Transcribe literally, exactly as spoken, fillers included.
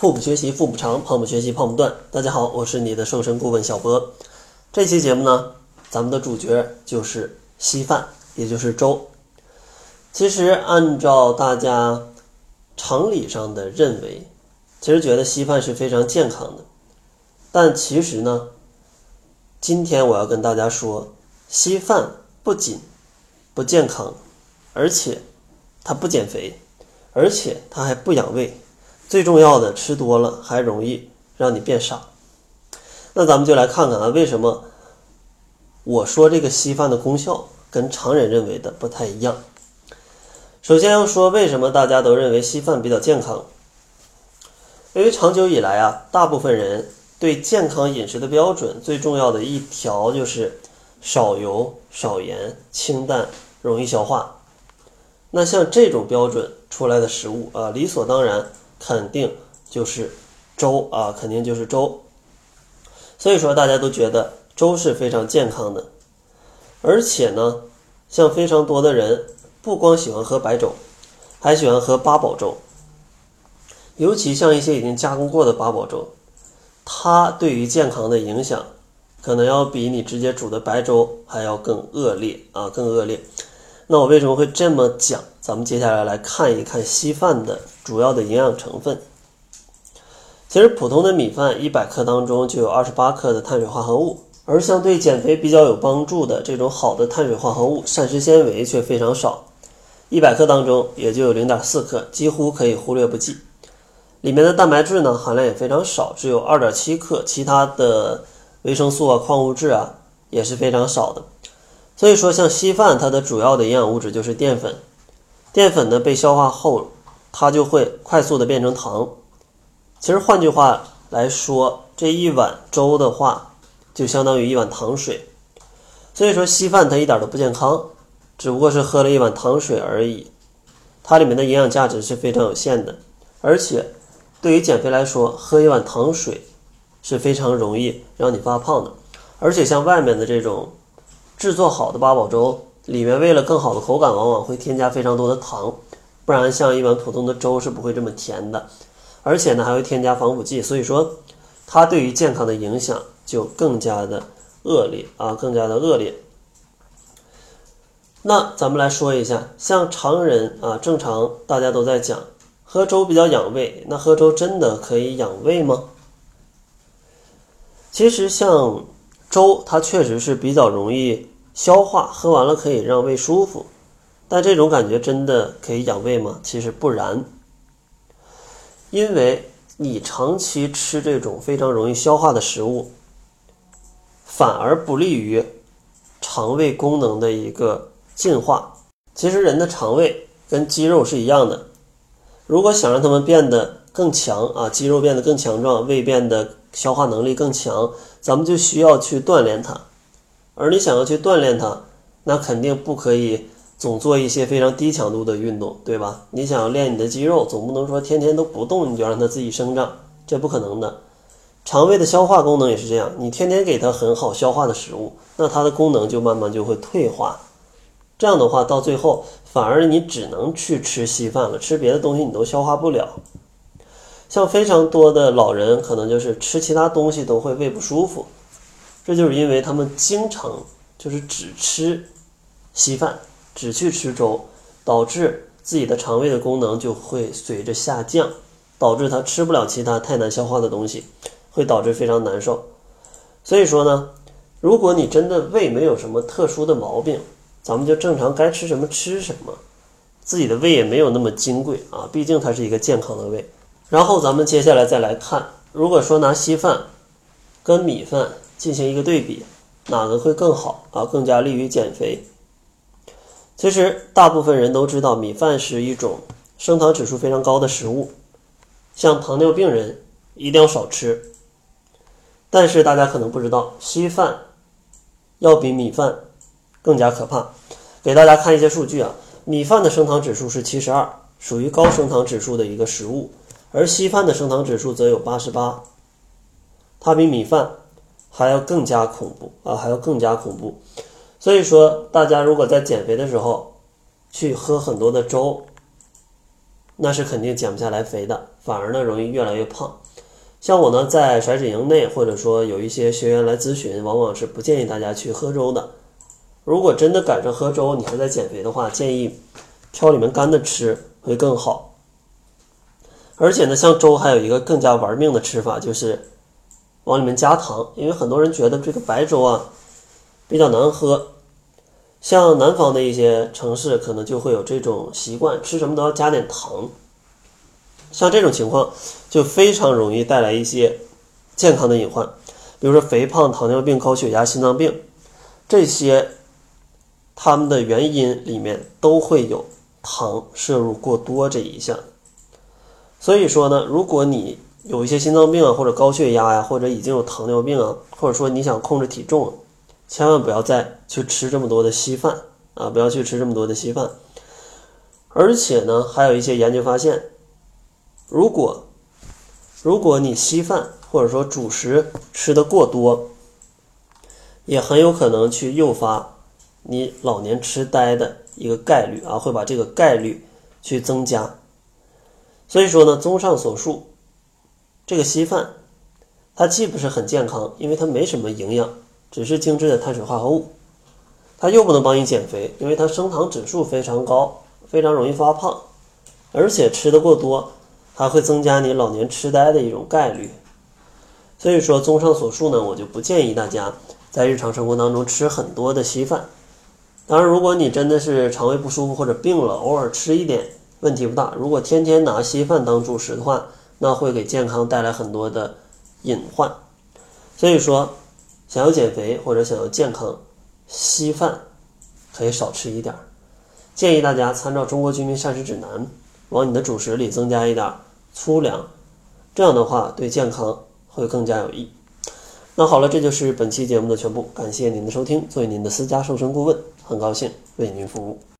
腹部学习腹部长，胖不学习胖不断。大家好，我是你的瘦身顾问小博。这期节目呢，咱们的主角就是稀饭，也就是粥。其实按照大家常理上的认为，其实觉得稀饭是非常健康的。但其实呢，今天我要跟大家说，稀饭不仅不健康，而且它不减肥，而且它还不养胃。最重要的，吃多了还容易让你变傻。那咱们就来看看啊，为什么我说这个稀饭的功效跟常人认为的不太一样。首先要说为什么大家都认为稀饭比较健康。因为长久以来啊，大部分人对健康饮食的标准最重要的一条就是少油、少盐、清淡、容易消化。那像这种标准出来的食物啊，理所当然肯定就是粥啊，肯定就是粥。所以说大家都觉得粥是非常健康的。而且呢，像非常多的人不光喜欢喝白粥，还喜欢喝八宝粥。尤其像一些已经加工过的八宝粥，它对于健康的影响可能要比你直接煮的白粥还要更恶劣啊，更恶劣。那我为什么会这么讲？咱们接下来来看一看稀饭的主要的营养成分。其实普通的米饭一百克当中就有二十八克的碳水化合物，而像对减肥比较有帮助的这种好的碳水化合物，膳食纤维却非常少，一百克当中也就有 零点四克，几乎可以忽略不计。里面的蛋白质呢含量也非常少，只有 二点七克，其他的维生素啊、矿物质啊也是非常少的。所以说像稀饭它的主要的营养物质就是淀粉，淀粉呢被消化后它就会快速的变成糖。其实换句话来说，这一碗粥的话就相当于一碗糖水。所以说稀饭它一点都不健康，只不过是喝了一碗糖水而已，它里面的营养价值是非常有限的。而且对于减肥来说，喝一碗糖水是非常容易让你发胖的。而且像外面的这种制作好的八宝粥，里面为了更好的口感往往会添加非常多的糖，不然像一碗普通的粥是不会这么甜的。而且呢还会添加防腐剂，所以说它对于健康的影响就更加的恶劣啊，更加的恶劣。那咱们来说一下，像常人啊，正常大家都在讲喝粥比较养胃，那喝粥真的可以养胃吗？其实像粥它确实是比较容易消化，喝完了可以让胃舒服，但这种感觉真的可以养胃吗？其实不然。因为你长期吃这种非常容易消化的食物，反而不利于肠胃功能的一个进化。其实人的肠胃跟肌肉是一样的，如果想让它们变得更强啊，肌肉变得更强壮，胃变得消化能力更强，咱们就需要去锻炼它。而你想要去锻炼它，那肯定不可以总做一些非常低强度的运动，对吧？你想要练你的肌肉，总不能说天天都不动你就让它自己生长，这不可能的。肠胃的消化功能也是这样，你天天给它很好消化的食物，那它的功能就慢慢就会退化。这样的话到最后反而你只能去吃稀饭了，吃别的东西你都消化不了。像非常多的老人可能就是吃其他东西都会胃不舒服，这就是因为他们经常就是只吃稀饭，只去吃粥，导致自己的肠胃的功能就会随着下降，导致他吃不了其他太难消化的东西，会导致非常难受。所以说呢，如果你真的胃没有什么特殊的毛病，咱们就正常该吃什么吃什么，自己的胃也没有那么金贵啊，毕竟它是一个健康的胃。然后咱们接下来再来看，如果说拿稀饭跟米饭进行一个对比，哪个会更好啊，更加利于减肥？其实大部分人都知道米饭是一种升糖指数非常高的食物，像糖尿病人一定要少吃。但是大家可能不知道，稀饭要比米饭更加可怕。给大家看一些数据啊，米饭的升糖指数是七十二，属于高升糖指数的一个食物，而稀饭的升糖指数则有八十八，它比米饭还要更加恐怖啊，还要更加恐怖。所以说大家如果在减肥的时候去喝很多的粥， 那是肯定减不下来肥的，反而呢容易越来越胖。像我呢在甩脂营内，或者说有一些学员来咨询，往往是不建议大家去喝粥的。如果真的赶上喝粥，你还在减肥的话，建议挑里面干的吃会更好。而且呢，像粥还有一个更加玩命的吃法，就是往里面加糖，因为很多人觉得这个白粥啊比较难喝。像南方的一些城市可能就会有这种习惯，吃什么都要加点糖。像这种情况就非常容易带来一些健康的隐患，比如说肥胖、糖尿病、高血压、心脏病，这些它们的原因里面都会有糖摄入过多这一项。所以说呢，如果你有一些心脏病啊，或者高血压呀、啊，或者已经有糖尿病啊，或者说你想控制体重，千万不要再去吃这么多的稀饭啊，不要去吃这么多的稀饭。而且呢，还有一些研究发现，如果如果你稀饭或者说主食吃得过多，也很有可能去诱发你老年痴呆的一个概率啊，会把这个概率去增加。所以说呢，综上所述，这个稀饭它既不是很健康，因为它没什么营养，只是精致的碳水化合物，它又不能帮你减肥，因为它升糖指数非常高，非常容易发胖，而且吃得过多还会增加你老年痴呆的一种概率。所以说综上所述呢，我就不建议大家在日常生活当中吃很多的稀饭。当然如果你真的是肠胃不舒服或者病了，偶尔吃一点问题不大。如果天天拿稀饭当主食的话，那会给健康带来很多的隐患。所以说想要减肥或者想要健康，稀饭可以少吃一点。建议大家参照中国居民膳食指南，往你的主食里增加一点粗粮，这样的话对健康会更加有益。那好了，这就是本期节目的全部，感谢您的收听。作为您的私家瘦身顾问，很高兴为您服务。